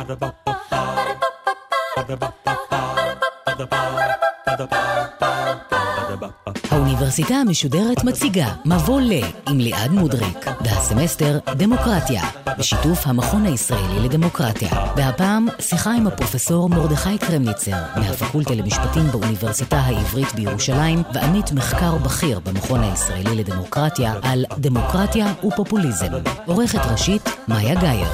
האוניברסיטה המשודרת מציגה מבוא ל עם ליעד מודריק והסמסטר דמוקרטיה בשיתוף המכון הישראלי לדמוקרטיה. והפעם שיחה עם הפרופסור מרדכי קרמניצר מהפקולטה למשפטים באוניברסיטה העברית בירושלים ועמית מחקר בכיר במכון הישראלי לדמוקרטיה על דמוקרטיה ופופוליזם. עורכת ראשית מאיה גייר.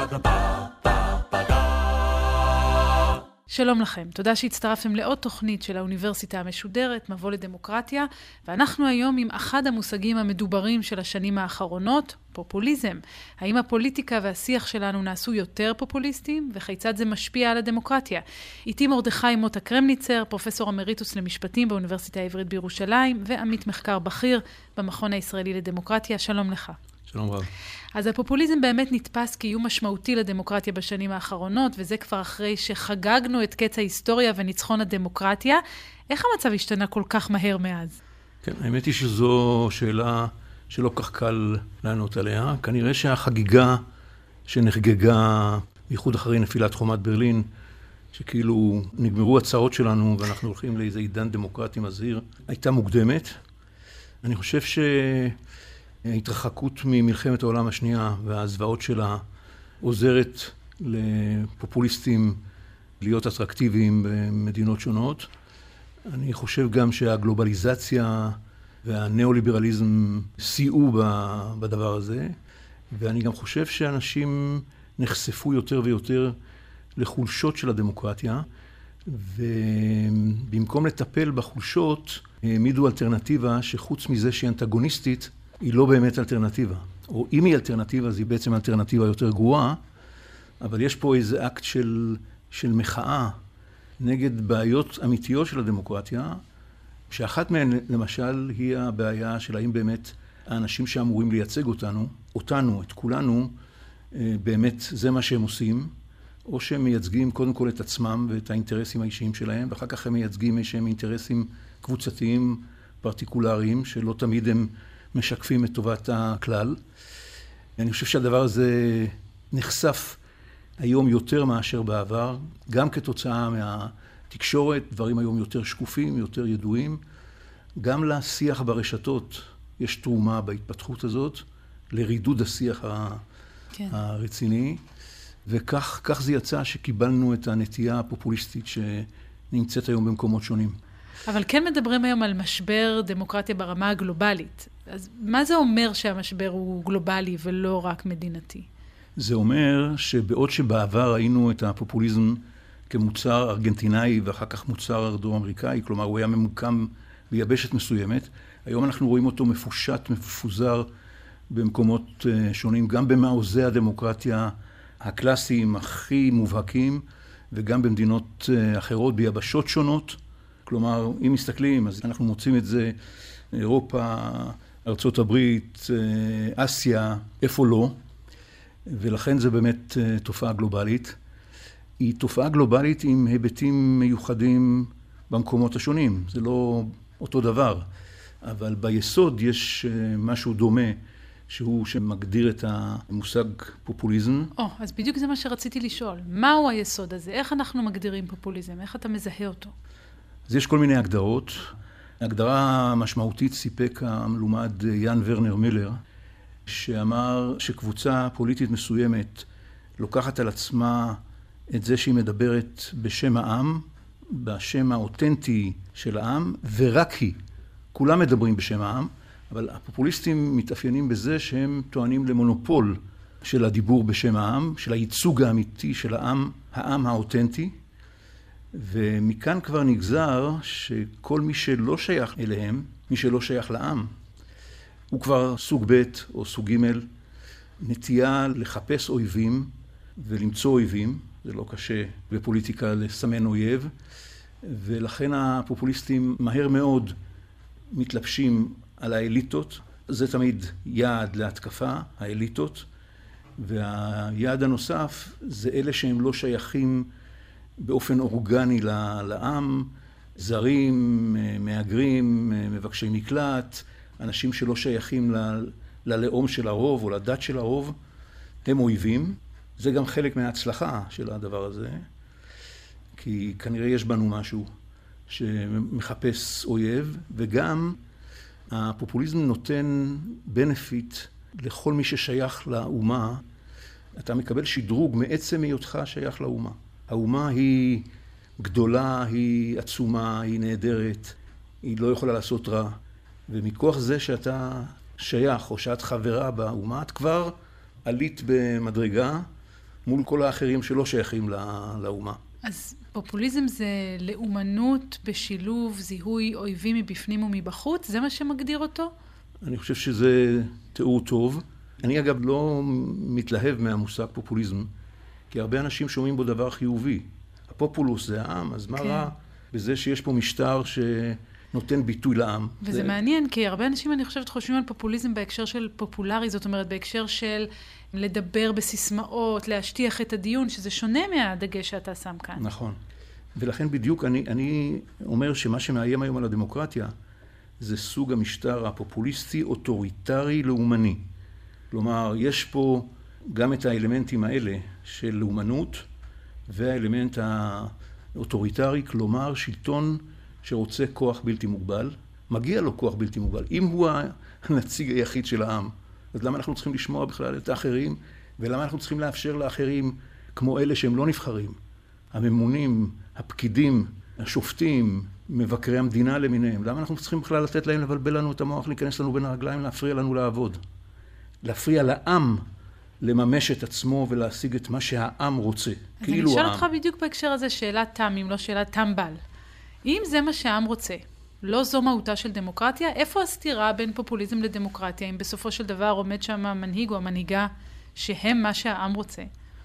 שלום לכם, תודה שהצטרפתם לעוד תוכנית של האוניברסיטה המשודרת, מבוא לדמוקרטיה, ואנחנו היום עם אחד המושגים המדוברים של השנים האחרונות, פופוליזם. האם הפוליטיקה והשיח שלנו נעשו יותר פופוליסטיים, וכיצד זה משפיע על הדמוקרטיה? איתי מרדכי מוטה קרמניצר, פרופסור אמריטוס למשפטים באוניברסיטה העברית בירושלים, ועמית מחקר בכיר במכון הישראלי לדמוקרטיה. שלום לך. שלום רב. אז הפופוליזם באמת נתפס כאיום משמעותי לדמוקרטיה בשנים האחרונות, וזה כבר אחרי שחגגנו את קץ ההיסטוריה וניצחון הדמוקרטיה. איך המצב השתנה כל כך מהר מאז? כן, האמת היא שזו שאלה שלא כך קל לענות עליה. כנראה שהחגיגה שנחגגה בייחוד אחרי נפילת חומת ברלין, שכאילו נגמרו הצעות שלנו ואנחנו הולכים לאיזה עידן דמוקרטי מזהיר, הייתה מוקדמת. אני חושב ההתרחקות ממלחמת העולם השנייה והזוועות שלה עוזרת לפופוליסטים להיות אטרקטיביים במדינות שונות. אני חושב גם שהגלובליזציה והניאו-ליברליזם סייעו בדבר הזה, ואני גם חושב שאנשים נחשפו יותר ויותר לחולשות של הדמוקרטיה, ובמקום לטפל בחולשות העמידו אלטרנטיבה שחוץ מזה שהיא אנטגוניסטית, היא לא באמת אלטרנטיבה. או אם היא אלטרנטיבה, אז היא בעצם אלטרנטיבה יותר גרועה, אבל יש פה איזה אקט של מחאה נגד בעיות אמיתיות של הדמוקרטיה, שאחת מהן למשל היא הבעיה של האם באמת האנשים שאמורים לייצג אותנו, את כולנו, באמת זה מה שהם עושים, או שהם מייצגים קודם כל את עצמם ואת האינטרסים האישיים שלהם, ואחר כך הם מייצגים איזשהם אינטרסים קבוצתיים פרטיקולריים, שלא תמיד הם משקפים את טובת הכלל. אני חושב שהדבר הזה נחשף היום יותר מאשר בעבר, גם כתוצאה מהתקשורת, דברים היום יותר שקופים, יותר ידועים. גם לשיח ברשתות יש תרומה בהתפתחות הזאת, לרידוד השיח הרציני, וכך זה יצא שקיבלנו את הנטייה הפופוליסטית שנמצאת היום במקומות שונים. אבל כן מדברים היום על משבר דמוקרטיה ברמה הגלובלית. אז מה זה אומר שהמשבר הוא גלובלי ולא רק מדינתי? זה אומר שבעוד שבעבר ראינו את הפופוליזם כמוצר ארגנטינאי ואחר כך מוצר דרום-אמריקאי, כלומר הוא היה ממוקם ביבשת מסוימת, היום אנחנו רואים אותו מפושט, מפוזר במקומות שונים, גם במעוזי הדמוקרטיה הקלאסיים הכי מובהקים, וגם במדינות אחרות ביבשות שונות. כלומר, אם מסתכלים, אז אנחנו מוצאים את זה אירופה, ארצות הברית, אסיה, איפה לא, ולכן זה באמת תופעה גלובלית. היא תופעה גלובלית עם היבטים מיוחדים במקומות השונים, זה לא אותו דבר, אבל ביסוד יש משהו דומה, שהוא שמגדיר את המושג פופוליזם. אז בדיוק זה מה שרציתי לשאול. מהו היסוד הזה? איך אנחנו מגדירים פופוליזם? איך אתה מזהה אותו? אז יש כל מיני הגדרות. הגדרה משמעותית סיפק המלומד יאן ורנר מילר, שאמר שקבוצה פוליטית מסוימת לוקחת על עצמה את זה שהיא מדברת בשם העם, בשם האותנטי של העם, ורק היא. כולם מדברים בשם העם, אבל הפופוליסטים מתאפיינים בזה שהם טוענים למונופול של הדיבור בשם העם, של הייצוג האמיתי של העם האותנטי, ומכאן כבר נגזר שכל מי שלא שייך אליהם, מי שלא שייך לעם, הוא כבר סוג ב' או סוג ג', נטייה לחפש אויבים ולמצוא אויבים, זה לא קשה בפוליטיקה לסמן אויב, ולכן הפופוליסטים מהר מאוד מתלבשים על האליטות, זה תמיד יעד להתקפה, האליטות, והיעד הנוסף זה אלה שהם לא שייכים באופן אורגני לעם, זרים, מהגרים, מבקשי מקלט, אנשים שלא שייכים ללאום של הרוב או לדת של הרוב, הם אויבים. זה גם חלק מההצלחה של הדבר הזה, כי כנראה יש בנו משהו שמחפש אויב, וגם הפופוליזם נותן בנפיט לכל מי ששייך לאומה. אתה מקבל שדרוג מעצם היותך שייך לאומה. האומה היא גדולה, היא עצומה, היא נהדרת, היא לא יכולה לעשות רע. ומכוח זה שאתה שייך או שאת חברה באומה, את כבר עלית במדרגה מול כל האחרים שלא שייכים לאומה. אז פופוליזם זה לאומנות בשילוב זיהוי אויבים מבפנים ומבחוץ? זה מה שמגדיר אותו? אני חושב שזה תיאור טוב. אני אגב לא מתלהב מהמושג פופוליזם, כי הרבה אנשים שומעים בו דבר חיובי. הפופולוס זה העם, אז מה רע בזה שיש פה משטר שנותן ביטוי לעם? וזה מעניין, כי הרבה אנשים אני חושבת חושבים על פופוליזם בהקשר של פופולרי, זאת אומרת בהקשר של לדבר בסיסמאות, להשטיח את הדיון, שזה שונה מהדגש שאתה שם כאן. נכון. ולכן בדיוק אני אומר שמה שמאיים היום על הדמוקרטיה, זה סוג המשטר הפופוליסטי, אוטוריטרי, לאומני. כלומר, יש פה גם את האלמנטים האלה של לאומנות, והאלמנט האוטוריטרי, כלומר שלטון שרוצה כוח בלתי מוגבל, מגיע לו כוח בלתי מוגבל. אם הוא הנציג היחיד של העם, אז למה אנחנו צריכים לשמוע בכלל את האחרים, ולמה אנחנו צריכים לאפשר לאחרים כמו אלה שהם לא נבחרים? הממונים, הפקידים, השופטים, מבקרי המדינה למיניהם, למה אנחנו צריכים בכלל לתת להם לבלבל לנו את המוח, להיכנס לנו בין הרגליים, להפריע לנו לעבוד? להפריע לעם לממש את עצמו ולהשיג את מה שהעם רוצה. אז אני אשאל אותך בדיוק בהקשר הזה שאלת תם, אם לא שאלת טמבל. אם זה מה שהעם רוצה, לא זו מהותה של דמוקרטיה, איפה הסתירה בין פופוליזם לדמוקרטיה, אם בסופו של דבר עומד שם המנהיג או המנהיגה שהם מה שהעם רוצה?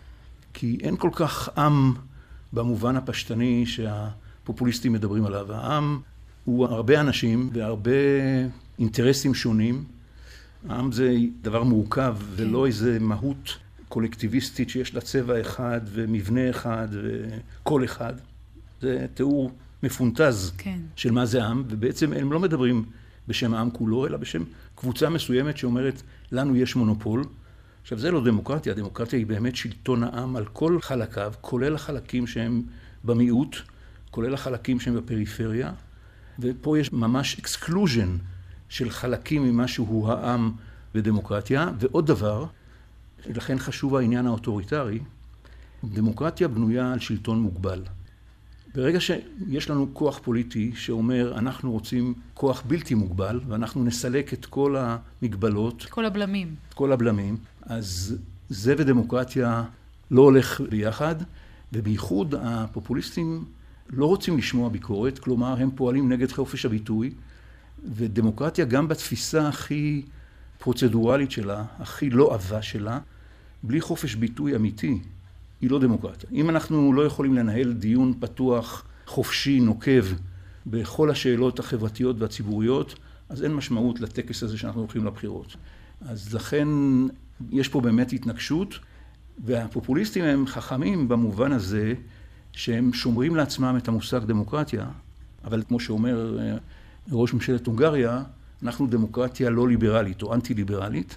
כי אין כל כך עם במובן הפשטני שהפופוליסטים מדברים עליו. העם הוא הרבה אנשים והרבה אינטרסים שונים. העם זה דבר מורכב ולא איזה מהות קולקטיביסטית שיש לה צבע אחד ומבנה אחד וקול אחד. זה תיאור מפונטז של מה זה עם, ובעצם הם לא מדברים בשם העם כולו, אלא בשם קבוצה מסוימת שאומרת, לנו יש מונופול. עכשיו, זה לא דמוקרטיה. הדמוקרטיה היא באמת שלטון העם על כל חלקיו, כולל החלקים שהם במיעוט, כולל החלקים שהם בפריפריה, ופה יש ממש אקסקלוז'ן של חלקים ממה שהוא העם בדמוקרטיה. ועוד דבר, לכן חשוב העניין האוטוריטרי, דמוקרטיה בנויה על שלטון מוגבל. ברגע שיש לנו כוח פוליטי שאומר, אנחנו רוצים כוח בלתי מוגבל, ואנחנו נסלק את כל המגבלות, כל הבלמים, אז זה ודמוקרטיה לא הולך ביחד, ובייחוד הפופוליסטים לא רוצים לשמוע ביקורת, כלומר הם פועלים נגד חופש הביטוי, ודמוקרטיה גם בתפיסה הכי פרוצדורלית שלה, הכי לא עבה שלה, בלי חופש ביטוי אמיתי, היא לא דמוקרטיה. אם אנחנו לא יכולים לנהל דיון פתוח, חופשי, נוקב, בכל השאלות החברתיות והציבוריות, אז אין משמעות לטקס הזה שאנחנו הולכים לבחירות. אז לכן יש פה באמת התנגשות, והפופוליסטים הם חכמים במובן הזה, שהם שומרים לעצמם את המושג דמוקרטיה, אבל כמו שאומר ראש ממשלת הונגריה, אנחנו דמוקרטיה לא ליברלית או אנטי-ליברלית,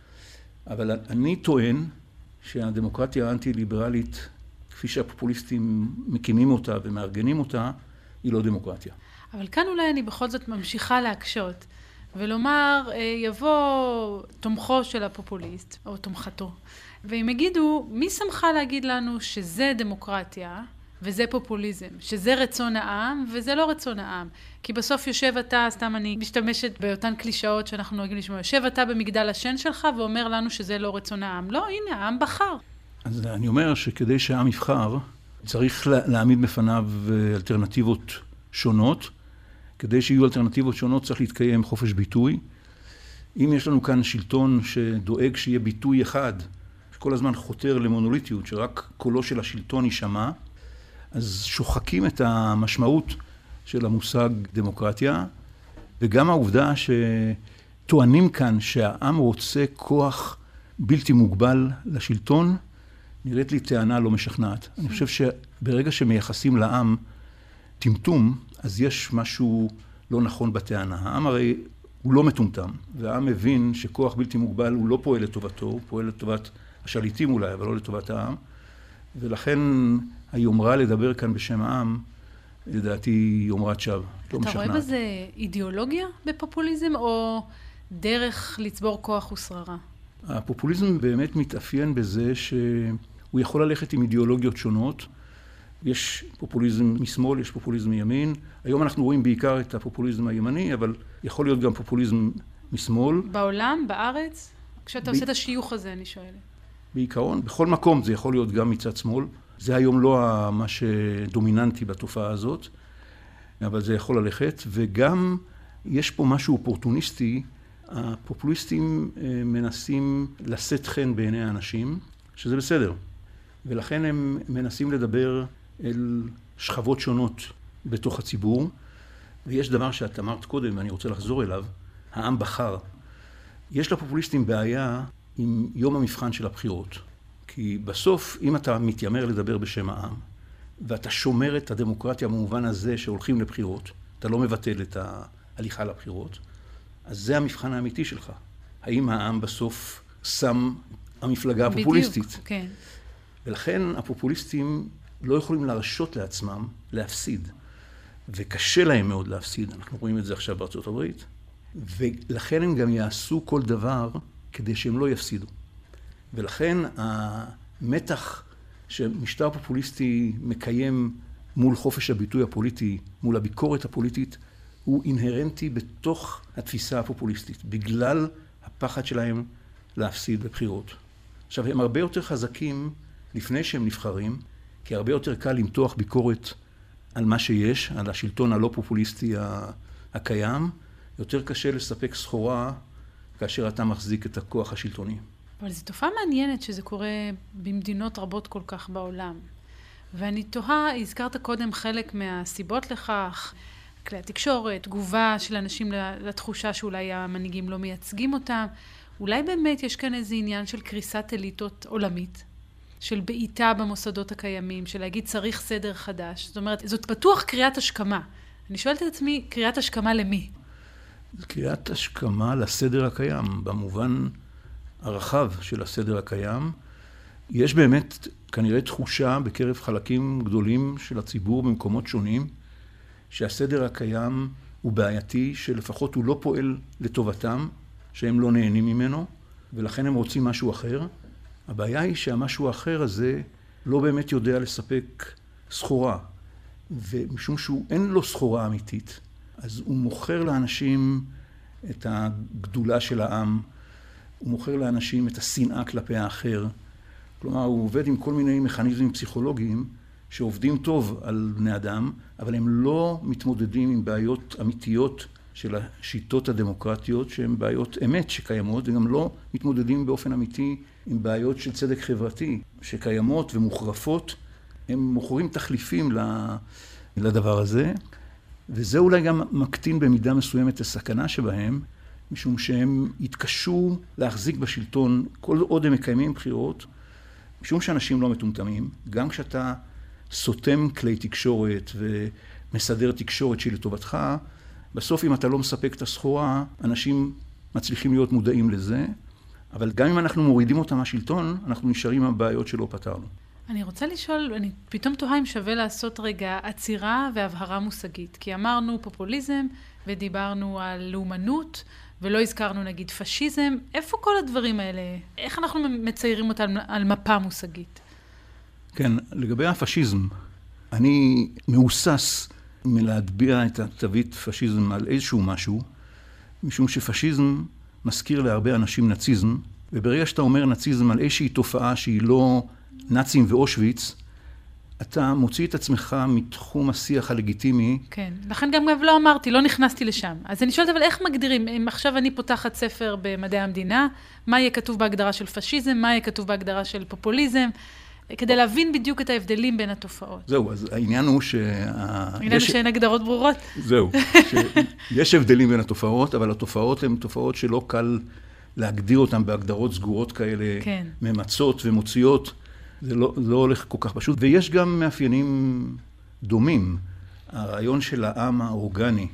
אבל אני טוען שהדמוקרטיה האנטי-ליברלית, כפי שהפופוליסטים מקימים אותה ומארגנים אותה, היא לא דמוקרטיה. אבל כאן אולי אני בכל זאת ממשיכה להקשות, ולומר, יבוא תומכו של הפופוליסט, או תומכתו, והם יגידו, מי שמחה להגיד לנו שזה דמוקרטיה, וזה פופוליזם, שזה רצון העם, וזה לא רצון העם. כי בסוף יושב אתה, סתם אני משתמשת באותן קלישאות שאנחנו נוהגים לשמוע, יושב אתה במגדל השן שלך ואומר לנו שזה לא רצון העם. לא, הנה, העם בחר. אז אני אומר שכדי שהעם יבחר, צריך להעמיד בפניו אלטרנטיבות שונות. כדי שיהיו אלטרנטיבות שונות צריך להתקיים חופש ביטוי. אם יש לנו כאן שלטון שדואג שיהיה ביטוי אחד, שכל הזמן חותר למונוליטיות, שרק קולו של השלטון יישמע, אז שוחקים את המשמעות של המושג דמוקרטיה, וגם העובדה שטוענים כאן שהעם רוצה כוח בלתי מוגבל לשלטון, נראית לי טענה לא משכנעת. אני חושב שברגע שמייחסים לעם טמטום, אז יש משהו לא נכון בטענה. העם הרי הוא לא מטומטם, והעם מבין שכוח בלתי מוגבל הוא לא פועל לטובתו, הוא פועל לטובת השליטים אולי, אבל לא לטובת העם. ולכן היומרה לדבר כאן בשם העם, לדעתי יומרת שווא. אתה רואה בזה אידיאולוגיה בפופוליזם, או דרך לצבור כוח ושררה? הפופוליזם באמת מתאפיין בזה שהוא יכול ללכת עם אידיאולוגיות שונות. יש פופוליזם משמאל, יש פופוליזם מימין. היום אנחנו רואים בעיקר את הפופוליזם הימני, אבל יכול להיות גם פופוליזם משמאל. בעולם, בארץ? כשאתה עושה את השיוך הזה, אני שואלת. בעיקרון, בכל מקום זה יכול להיות גם מצד שמאל. זה היום לא מה שדומיננטי בתופעה הזאת, אבל זה יכול ללכת. וגם יש פה משהו אופורטוניסטי. הפופוליסטים מנסים לשאת חן בעיני האנשים, שזה בסדר. ולכן הם מנסים לדבר אל שכבות שונות בתוך הציבור. ויש דבר שאת אמרת קודם, ואני רוצה לחזור אליו, העם בחר. יש לפופוליסטים בעיה עם יום המבחן של הבחירות. כי בסוף, אם אתה מתיימר לדבר בשם העם, ואתה שומר את הדמוקרטיה במובן הזה שהולכים לבחירות, אתה לא מבטל את ההליכה לבחירות, אז זה המבחן האמיתי שלך. האם העם בסוף שם המפלגה הפופוליסטית? בדיוק, כן. ולכן הפופוליסטים לא יכולים להרשות לעצמם להפסיד. וקשה להם מאוד להפסיד. אנחנו רואים את זה עכשיו בארצות הברית. ולכן הם גם יעשו כל דבר כדי שהם לא יפסידו. ולכן המתח שמשטר פופוליסטי מקיים מול חופש הביטוי הפוליטי, מול הביקורת הפוליטית, הוא אינהרנטי בתוך התפיסה הפופוליסטית, בגלל הפחד שלהם להפסיד בבחירות. עכשיו, הם הרבה יותר חזקים לפני שהם נבחרים, כי הרבה יותר קל למתוח ביקורת על מה שיש, על השלטון הלא פופוליסטי הקיים. יותר קשה לספק סחורה כאשר אתה מחזיק את הכוח השלטוני. אבל זו תופעה מעניינת שזה קורה במדינות רבות כל כך בעולם. ואני תוהה, הזכרת קודם חלק מהסיבות לכך, כלי התקשורת, תגובה של אנשים לתחושה שאולי המנהיגים לא מייצגים אותם. אולי באמת יש כאן איזה עניין של קריסת אליטות עולמית, של בעיטה במוסדות הקיימים, של להגיד צריך סדר חדש. זאת אומרת, זאת בטוח קריאת השכמה. אני שואלת את עצמי, קריאת השכמה למי? קריאת השכמה לסדר הקיים, במובן הרחב של הסדר הקיים. יש באמת כנראה תחושה בקרב חלקים גדולים של הציבור במקומות שונים, שהסדר הקיים הוא בעייתי, שלפחות הוא לא פועל לטובתם, שהם לא נהנים ממנו, ולכן הם רוצים משהו אחר. הבעיה היא שהמשהו האחר הזה לא באמת יודע לספק סחורה, ומשום שהוא אין לו סחורה אמיתית, אז הוא מוכר לאנשים את הגדולה של העם, הוא מוכר לאנשים את השנאה כלפי האחר. כלומר, הוא עובד עם כל מיני מכניזמים פסיכולוגיים שעובדים טוב על בני אדם, אבל הם לא מתמודדים עם בעיות אמיתיות של השיטות הדמוקרטיות, שהן בעיות אמת שקיימות, וגם לא מתמודדים באופן אמיתי עם בעיות של צדק חברתי שקיימות ומוחרפות. הם מוכרים תחליפים לדבר הזה, וזה אולי גם מקטין במידה מסוימת הסכנה שבהם, משום שהם יתקשו להחזיק בשלטון כל עוד הם מקיימים בחירות, משום שאנשים לא מטומטמים. גם כשאתה סותם כלי תקשורת ומסדר תקשורת שהיא לטובתך, בסוף אם אתה לא מספק את הסחורה, אנשים מצליחים להיות מודעים לזה, אבל גם אם אנחנו מורידים אותם מהשלטון, אנחנו נשארים עם הבעיות שלא פתרנו. אני רוצה לשאול, אני פתאום תוהה אם שווה לעשות רגע עצירה והבהרה מושגית, כי אמרנו פופוליזם ודיברנו על לאומנות, ולא הזכרנו נגיד פשיזם. איפה כל הדברים האלה? איך אנחנו מציירים אותם על מפה מושגית? כן, לגבי הפשיזם, אני מאוסס מלהטביע את התווית פשיזם על איזשהו משהו, משום שפשיזם מזכיר להרבה אנשים נאציזם, וברגע שאתה אומר נאציזם על איזושהי תופעה שהיא לא נאצים ואושוויץ, אתה מוציא את עצמך מתחום השיח הלגיטימי. כן, לכן גם לא אמרתי, לא נכנסתי לשם. אז אני שואלת, אבל איך מגדירים? אם עכשיו אני פותחת ספר במדעי המדינה, מה יהיה כתוב בהגדרה של פשיזם, מה יהיה כתוב בהגדרה של פופוליזם, כדי להבין בדיוק את ההבדלים בין התופעות. זהו, אז העניין הוא העניין שאין הגדרות ברורות. זהו, שיש הבדלים בין התופעות, אבל התופעות הן תופעות שלא קל להגדיר אותן בהגדרות סגורות כאלה, כן. ממצות ומוציאות. זה לא הולך כל כך פשוט. ויש גם מאפיינים דומים. הרעיון של העם האורגני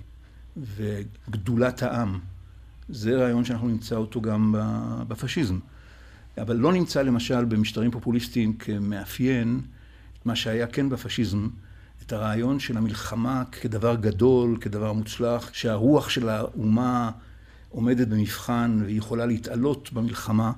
וגדולת העם, זה רעיון שאנחנו נמצא אותו גם בפשיזם. אבל לא נמצא למשל במשטרים פופוליסטיים כמאפיין מה שהיה כן בפשיזם, את הרעיון של המלחמה כדבר גדול, כדבר מוצלח, שהרוח של האומה עומדת במבחן והיא יכולה להתעלות במלחמה.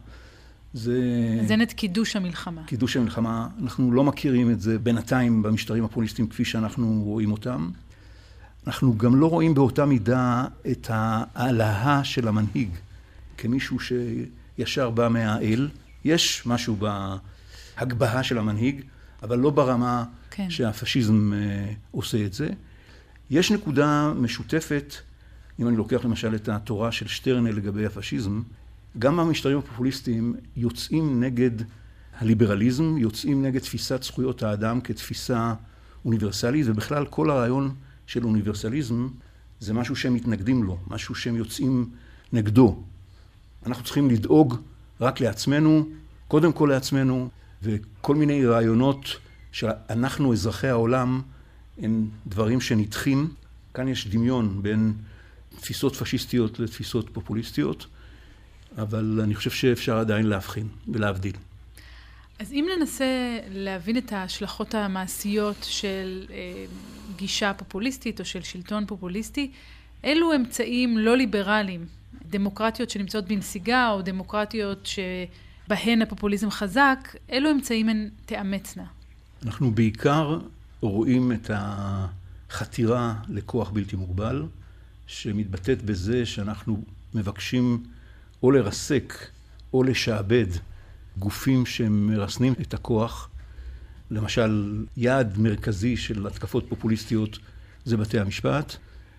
זה נת קידוש המלחמה. קידוש המלחמה. אנחנו לא מכירים את זה בינתיים במשטרים הפופוליסטיים כפי שאנחנו רואים אותם. אנחנו גם לא רואים באותה מידה את ההעלאה של המנהיג כמישהו שישר בא מהאל. יש משהו בהגבהה של המנהיג, אבל לא ברמה שהפשיזם עושה את זה. יש נקודה משותפת, אם אני לוקח למשל את התורה של שטרנל לגבי הפשיזם, גם המשטרים הפופוליסטיים יוצאים נגד הליברליזם, יוצאים נגד תפיסת זכויות האדם כתפיסה אוניברסלית, ובכלל כל הרעיון של אוניברסליזם זה משהו שהם מתנגדים לו, משהו שהם יוצאים נגדו. אנחנו צריכים לדאוג רק לעצמנו, קודם כל לעצמנו, וכל מיני רעיונות שאנחנו אזרחי העולם הם דברים שנדחים. כאן יש דמיון בין תפיסות פשיסטיות לתפיסות פופוליסטיות, אבל אני חושב שאפשר עדיין להבחין ולהבדיל. אז אם ננסה להבין את ההשלכות המעשיות של גישה פופוליסטית או של שלטון פופוליסטי, אילו אמצעים לא ליברליים, דמוקרטיות שנמצאות בנסיגה או דמוקרטיות שבהן הפופוליזם חזק, אילו אמצעים הן תאמצנה? אנחנו בעיקר רואים את החתירה לכוח בלתי מוגבל, שמתבטאת בזה שאנחנו מבקשים או לרסק או לשעבד גופים שמרסנים את הכוח. למשל, יעד מרכזי של התקפות פופוליסטיות זה בתי המשפט,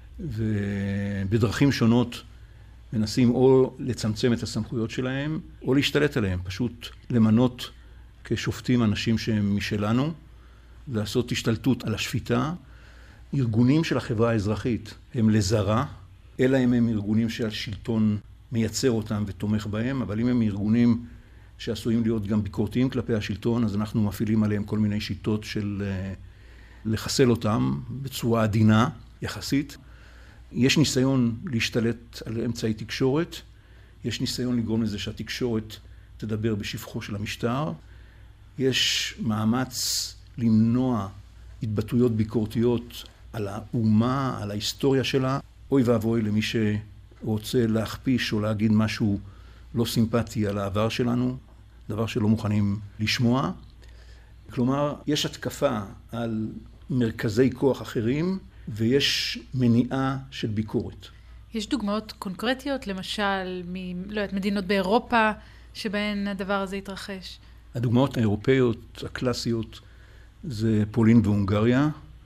ובדרכים שונות מנסים או לצמצם את הסמכויות שלהם, או להשתלט עליהם, פשוט למנות כשופטים אנשים שהם משלנו, לעשות השתלטות על השפיטה. ארגונים של החברה האזרחית הם לזרה, אלא אם הם ארגונים שהשלטון מייצר אותם ותומך בהם, אבל אם הם ארגונים שעשויים להיות גם ביקורתיים כלפי השלטון, אז אנחנו מפעילים עליהם כל מיני שיטות של לחסל אותם בצורה עדינה יחסית. יש ניסיון להשתלט על אמצעי תקשורת, יש ניסיון לגרום לזה שהתקשורת תדבר בשבחו של המשטר, יש מאמץ למנוע התבטאויות ביקורתיות על האומה, על ההיסטוריה שלה. אוי ואבוי למי שרוצה להכפיש או להגיד משהו לא סימפטי על העבר שלנו, דבר שלא מוכנים לשמוע. כלומר, יש התקפה על מרכזי כוח אחרים, ויש מניעה של ביקורת. יש דוגמאות קונקרטיות, למשל, מדינות באירופה, שבהן הדבר הזה התרחש? הדוגמאות האירופאיות הקלאסיות זה פולין והונגריה,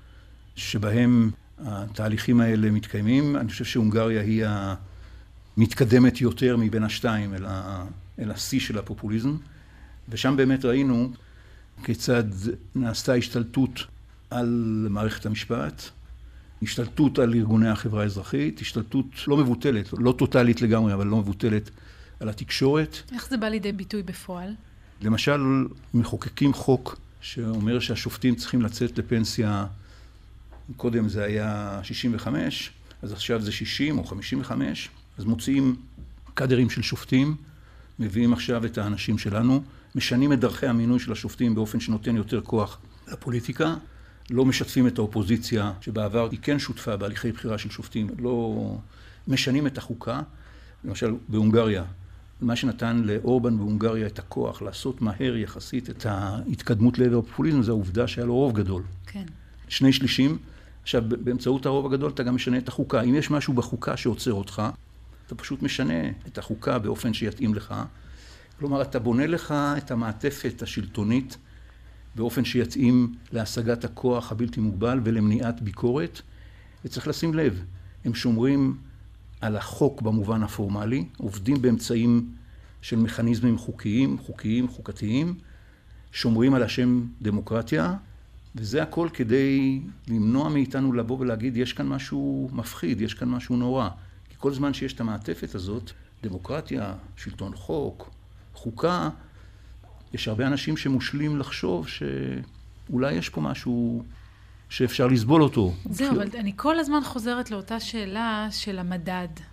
שבהם התהליכים האלה מתקיימים. אני חושב שהונגריה היא המתקדמת יותר מבין השתיים אל השיא של הפופוליזם, ושם באמת ראינו כיצד נעשתה השתלטות על מערכת המשפט, השתלטות על ארגוני החברה האזרחית, השתלטות לא מבוטלת, לא טוטלית לגמרי, אבל לא מבוטלת על התקשורת. איך זה בא לידי ביטוי בפועל? למשל, מחוקקים חוק שאומר שהשופטים צריכים לצאת לפנסיה, קודם זה היה 65, אז עכשיו זה 60 או 55, אז מוציאים קאדרים של שופטים, מביאים עכשיו את האנשים שלנו, משנים את דרכי המינוי של השופטים באופן שנותן יותר כוח לפוליטיקה, לא משתפים את האופוזיציה שבעבר היא כן שותפה בהליכי בחירה של שופטים, לא משנים את החוקה. למשל בהונגריה, מה שנתן לאורבן בהונגריה את הכוח לעשות מהר יחסית את ההתקדמות לעבר הפופוליזם, זה העובדה שהיה לו רוב גדול. כן. 2/3. עכשיו, באמצעות הרוב הגדול אתה גם משנה את החוקה. אם יש משהו בחוקה שעוצר אותך, אתה פשוט משנה את החוקה באופן שיתאים לך. כלומר, אתה בונה לך את המעטפת השלטונית באופן שיתאים להשגת הכוח הבלתי מוגבל ולמניעת ביקורת. וצריך לשים לב, הם שומרים על החוק במובן הפורמלי, עובדים באמצעים של מכניזמים חוקיים, חוקתיים, שומרים על השם דמוקרטיה, וזה הכל כדי למנוע מאיתנו לבוא ולהגיד, יש כאן משהו מפחיד, יש כאן משהו נורא. כי כל זמן שיש את המעטפת הזאת, דמוקרטיה, שלטון חוק, חוקה, יש הרבה אנשים שמושלים לחשוב שאולי יש פה משהו שאפשר לסבול אותו. זהו, אבל אני כל הזמן חוזרת לאותה שאלה של המדד.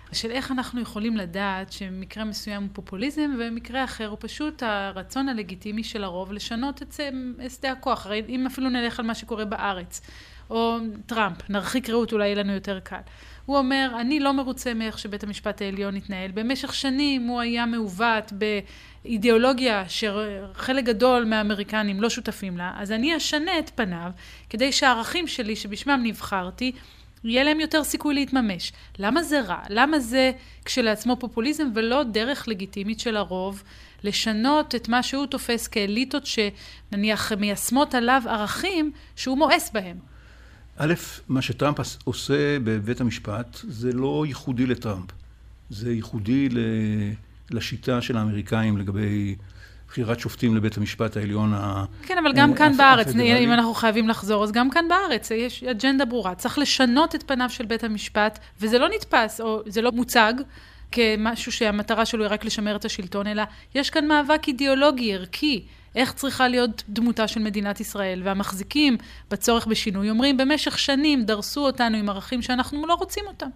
של איך אנחנו יכולים לדעת שמקרה מסוים הוא פופוליזם, ומקרה אחר הוא פשוט הרצון הלגיטימי של הרוב לשנות את שדה הכוח. הרי אם אפילו נלך על מה שקורה בארץ, או טראמפ, נרחיק ראות, אולי יהיה לנו יותר קל. הוא אומר, אני לא מרוצה מאיך שבית המשפט העליון התנהל. במשך שנים הוא היה מעוות באידיאולוגיה שחלק גדול מהאמריקנים לא שותפים לה, אז אני אשנה את פניו, כדי שהערכים שלי שבשמם נבחרתי, יהיה להם יותר סיכוי להתממש. למה זה רע? למה זה כשלעצמו פופוליזם ולא דרך לגיטימית של הרוב לשנות את מה שהוא תופס כאליטות שנניח מיישמות עליו ערכים שהוא מואס בהם? א', מה שטראמפ עושה בבית המשפט זה לא ייחודי לטראמפ. זה ייחודי לשיטה של האמריקאים לגבי בחירת שופטים לבית המשפט העליון. כן, אבל גם כאן בארץ, אם אנחנו חייבים לחזור, אז גם כאן בארץ יש אג'נדה ברורה. צריך לשנות את פניו של בית המשפט, וזה לא נתפס, או זה לא מוצג כמשהו שהמטרה שלו היא רק לשמר את השלטון, אלא יש כאן מאבק אידיאולוגי, ערכי, איך צריכה להיות דמותה של מדינת ישראל, והמחזיקים בצורך בשינוי, אומרים, במשך שנים דרסו אותנו עם ערכים שאנחנו לא רוצים אותם.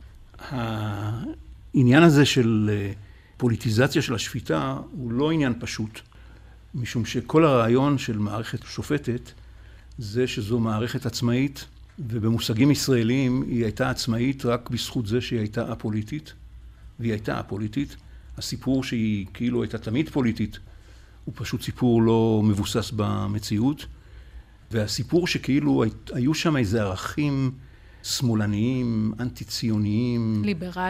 העניין הזה של פוליטיזציה של השפיטה הוא לא עניין פשוט, משום שכל הרעיון של מערכת שופטת זה שזו מערכת עצמאית, ובמושגים ישראלים היא הייתה עצמאית רק בזכות זה שהיא הייתה אפוליטית, והיא הייתה אפוליטית. הסיפור שהיא כאילו הייתה תמיד פוליטית, הוא פשוט סיפור לא מבוסס במציאות, והסיפור שכאילו היו שם איזה ערכים שמאלניים, אנטי-ציוניים.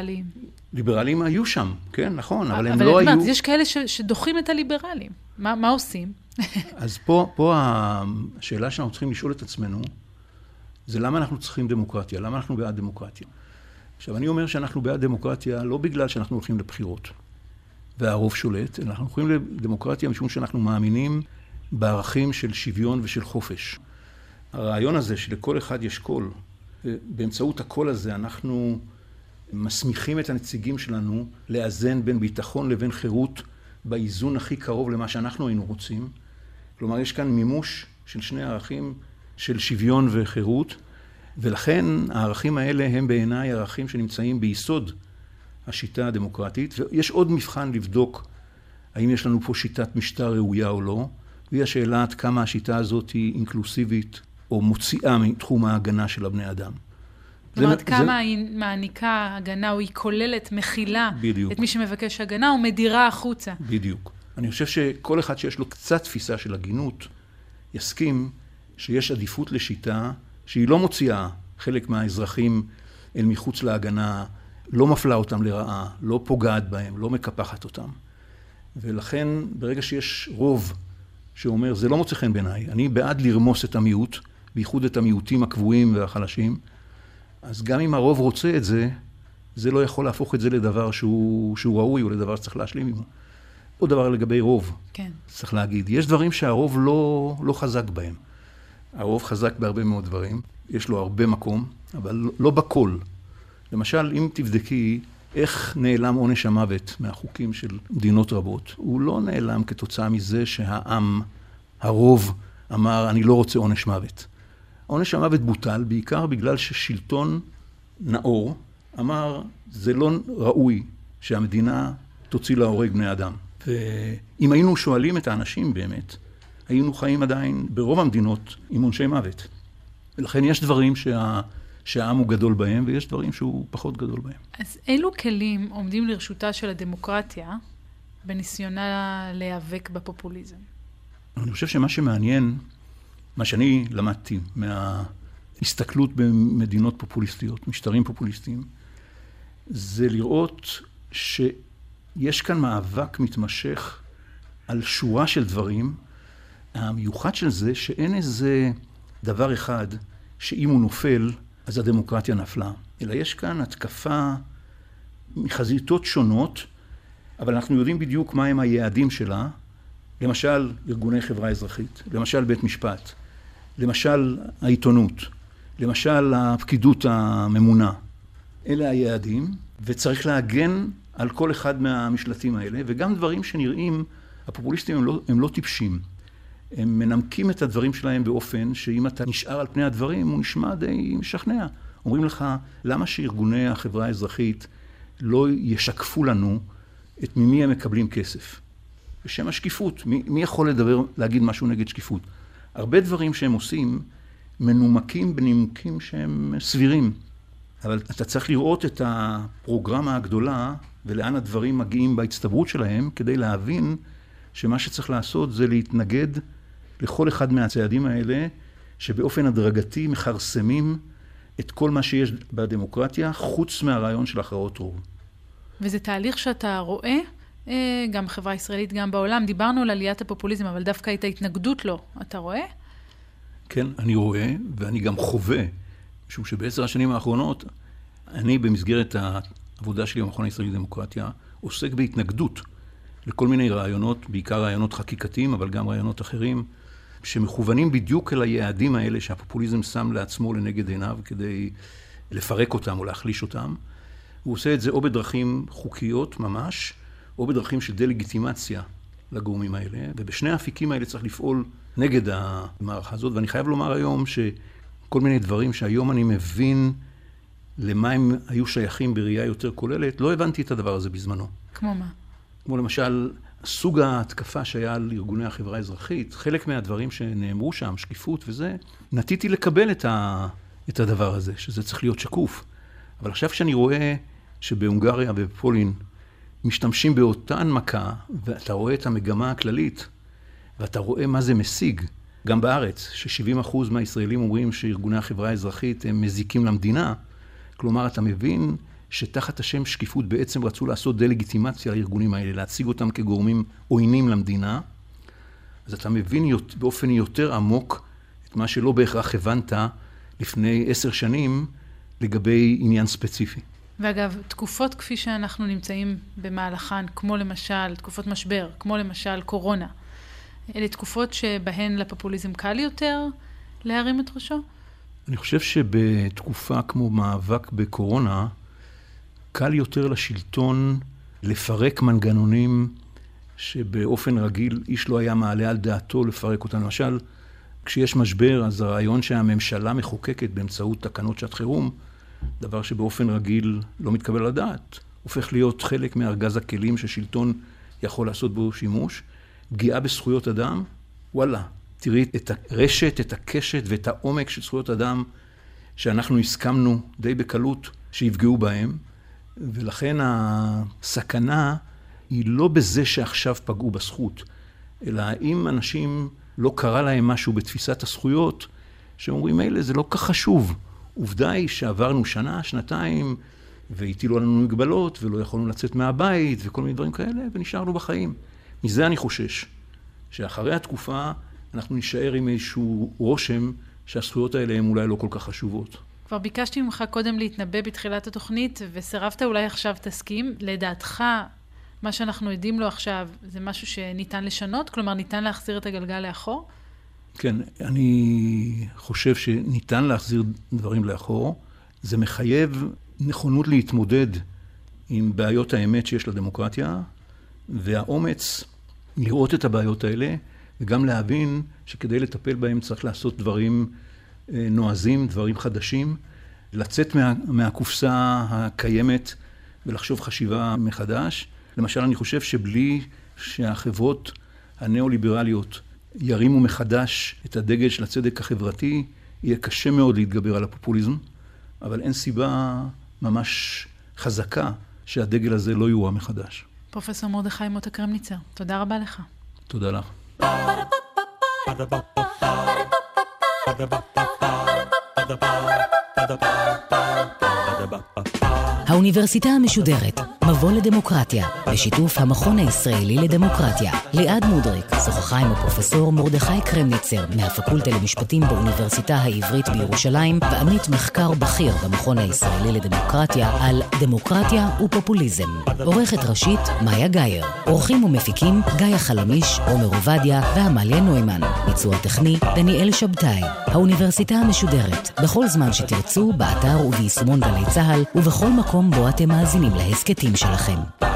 ליברלים היו שם, כן, נכון, אבל הם לא היו... אבל יש כאלה שדוחים את הליברלים. מה עושים? אז פה השאלה שאנחנו צריכים לשאול את עצמנו, זה למה אנחנו צריכים דמוקרטיה? למה אנחנו בעד דמוקרטיה? עכשיו, אני אומר שאנחנו בעד דמוקרטיה לא בגלל שאנחנו הולכים לבחירות, והרוב שולט, אלא אנחנו הולכים לדמוקרטיה משום שאנחנו מאמינים בערכים של שוויון ושל חופש. הרעיון הזה שלכל אחד יש קול, באמצעות הקול הזה אנחנו מסמיכים את הנציגים שלנו לאזן בין ביטחון לבין חירות באיזון הכי קרוב למה שאנחנו היינו רוצים. כלומר, יש כאן מימוש של שני ערכים של שוויון וחירות, ולכן הערכים האלה הם בעיניי ערכים שנמצאים ביסוד השיטה הדמוקרטית, ויש עוד מבחן לבדוק האם יש לנו פה שיטת משטר ראויה או לא, והיא השאלה עד כמה השיטה הזאת היא אינקלוסיבית או מוציאה מתחום ההגנה של הבני אדם. זאת אומרת, כמה היא מעניקה הגנה, או היא כוללת, מכילה את מי שמבקש הגנה, או מדירה החוצה. בדיוק. אני חושב שכל אחד שיש לו קצת תפיסה של הגינות, יסכים שיש עדיפות לשיטה שהיא לא מוציאה חלק מהאזרחים אל מחוץ להגנה, לא מפלה אותם לרעה, לא פוגעת בהם, לא מקפחת אותם. ולכן, ברגע שיש רוב שאומר, זה לא מוצא חן בעיניי, אני בעד לרמוס את המיעוט, בייחוד את המיעוטים הקבועים והחלשים, אז גם אם הרוב רוצה את זה, זה לא יכול להפוך את זה לדבר שהוא ראוי, או לדבר שצריך להשלים עמו. עוד דבר לגבי רוב, כן. צריך להגיד, יש דברים שהרוב לא חזק בהם. הרוב חזק בהרבה מאוד דברים, יש לו הרבה מקום, אבל לא בכל. למשל, אם תבדקי איך נעלם עונש המוות מהחוקים של מדינות רבות, הוא לא נעלם כתוצאה מזה שהעם, הרוב, אמר, אני לא רוצה עונש מוות. עונש המוות בוטל בעיקר בגלל ששלטון נאור אמר, זה לא ראוי שהמדינה תוציא להורג בני אדם. ואם היינו שואלים את האנשים באמת, היינו חיים עדיין ברוב המדינות עם עונשי מוות. ולכן יש דברים שהעם הוא גדול בהם, ויש דברים שהוא פחות גדול בהם. אז אילו כלים עומדים לרשותה של הדמוקרטיה בניסיונה להיאבק בפופוליזם? אני חושב שמה שמעניין, מה שאני למדתי מההסתכלות במדינות פופוליסטיות, משטרים פופוליסטיים, זה לראות שיש כאן מאבק מתמשך על שורה של דברים. המיוחד של זה שאין איזה דבר אחד שאם הוא נופל, אז הדמוקרטיה נפלה. אלא יש כאן התקפה מחזיתות שונות, אבל אנחנו יודעים בדיוק מהם היעדים שלה. למשל, ארגוני חברה אזרחית, למשל בית משפט, למשל העיתונות, למשל הפקידות הממונה. אלה היעדים, וצריך להגן על כל אחד מהמשלטים האלה, וגם דברים שנראים, הפופוליסטים הם לא טיפשים. הם מנמקים את הדברים שלהם באופן שאם אתה נשאר על פני הדברים, הוא נשמע די משכנע. אומרים לך, למה שארגוני החברה האזרחית לא ישקפו לנו את ממי הם מקבלים כסף. בשם השקיפות, מי יכול להגיד משהו נגד שקיפות? הרבה דברים שהם עושים מנומקים בנימוקים שהם סבירים. אבל אתה צריך לראות את הפרוגרמה הגדולה ולאן הדברים מגיעים בהצטברות שלהם, כדי להבין שמה שצריך לעשות זה להתנגד לכל אחד מהצעדים האלה, שבאופן הדרגתי מחרסמים את כל מה שיש בדמוקרטיה, חוץ מהרעיון של הכרעות רוב. וזה תהליך שאתה רואה, גם חברה ישראלית, גם בעולם. דיברנו על עליית הפופוליזם, אבל דווקא את ההתנגדות לו. אתה רואה? כן, אני רואה, ואני גם חווה, משום שב10 השנים האחרונות, אני במסגרת העבודה שלי במכון הישראלי לדמוקרטיה, עוסק בהתנגדות לכל מיני רעיונות, בעיקר רעיונות חקיקתיים, אבל גם רעיונות אחרים, שמכוונים בדיוק אל היעדים האלה שהפופוליזם שם לעצמו לנגד עיניו, כדי לפרק אותם או להחליש אותם. הוא עושה את זה או בדרכים חוקיות ממש, או בדרכים של דה-לגיטימציה לגורמים האלה, ובשני האפיקים האלה צריך לפעול נגד המערכה הזאת, ואני חייב לומר היום שכל מיני דברים שהיום אני מבין למה הם היו שייכים בראייה יותר כוללת, לא הבנתי את הדבר הזה בזמנו. כמו מה? כמו למשל, סוג ההתקפה שהיה על ארגוני החברה האזרחית, חלק מהדברים שנאמרו שם, שקיפות וזה, נטיתי לקבל את הדבר הזה, שזה צריך להיות שקוף. אבל עכשיו שאני רואה שבהונגריה ובפולין משתמשים באותן מכה, ואתה רואה את המגמה הכללית, ואתה רואה מה זה משיג, גם בארץ, ש70% מהישראלים אומרים שארגוני החברה האזרחית הם מזיקים למדינה, כלומר, אתה מבין שתחת השם שקיפות בעצם רצו לעשות דה-לגיטימציה לארגונים האלה, להציג אותם כגורמים עוינים למדינה, אז אתה מבין באופן יותר עמוק את מה שלא בהכרח הבנת לפני 10 שנים לגבי עניין ספציפי. ואגב, תקופות כפי שאנחנו נמצאים במהלכן, כמו למשל תקופות משבר, כמו למשל קורונה, אלה תקופות שבהן לפופוליזם קל יותר להרים את ראשו? אני חושב שבתקופה כמו מאבק בקורונה, קל יותר לשלטון לפרק מנגנונים שבאופן רגיל איש לא היה מעלה על דעתו לפרק אותם. למשל, כשיש משבר, אז הרעיון שהממשלה מחוקקת באמצעות תקנות שעת חירום, דבר שבאופן רגיל לא מתקבל לדעת, הופך להיות חלק מארגז הכלים ששלטון יכול לעשות בו שימוש. פגיעה בזכויות אדם, וואלה, תראי את הרשת, את הקשת ואת העומק של זכויות אדם שאנחנו הסכמנו די בקלות שיפגעו בהם, ולכן הסכנה היא לא בזה שעכשיו פגעו בזכות, אלא אם אנשים לא קרה להם משהו בתפיסת הזכויות, שאומרים, אלה זה לא כך חשוב. עובדה היא שעברנו שנה, שנתיים, והטילו לנו מגבלות, ולא יכולנו לצאת מהבית, וכל מיני דברים כאלה, ונשארנו בחיים. מזה אני חושש, שאחרי התקופה אנחנו נשאר עם איזשהו רושם שהזכויות האלה הן אולי לא כל כך חשובות. כבר ביקשתי ממך קודם להתנבא בתחילת התוכנית, וסירבת אולי עכשיו תסכים. לדעתך, מה שאנחנו עדים לו עכשיו, זה משהו שניתן לשנות? כלומר, ניתן להחזיר את הגלגל לאחור? כן, אני חושב שניתן להחזיר דברים לאחור. זה מחייב נכונות להתמודד עם בעיות האמת שיש לדמוקרטיה, והאומץ לראות את הבעיות האלה, וגם להבין שכדי לטפל בהם צריך לעשות דברים נועזים, דברים חדשים, לצאת מהקופסה הקיימת ולחשוב חשיבה מחדש. למשל, אני חושב שבלי שהחברות הנאו-ליברליות ירימו מחדש את הדגל של הצדק החברתי, יהיה קשה מאוד להתגבר על הפופוליזם, אבל אין סיבה ממש חזקה שהדגל הזה לא יורם מחדש. פרופסור מרדכי מוטה קרמניצר, תודה רבה לך. תודה לך. האוניברסיטה המשודרת, מבוא לדמוקרטיה, בשיתוף המכון הישראלי לדמוקרטיה. ליעד מודריק שוחחה עם הפרופסור מרדכי קרמניצר מהפקולטה למשפטים באוניברסיטה העברית בירושלים, ועמית מחקר בכיר במכון הישראלי לדמוקרטיה על דמוקרטיה ופופוליזם. עורכת ראשית מאיה גייר, עורכים ומפיקים גיא חלמיש, עומר עובדיה ועמליה נוימן. ביצוע טכני דניאל שבתאי. האוניברסיטה המשודרת, בכל זמן שתרצו, באתר וביישומון גלי צהל ובכל מקום בו אתם מאזינים להסקטים שלכם.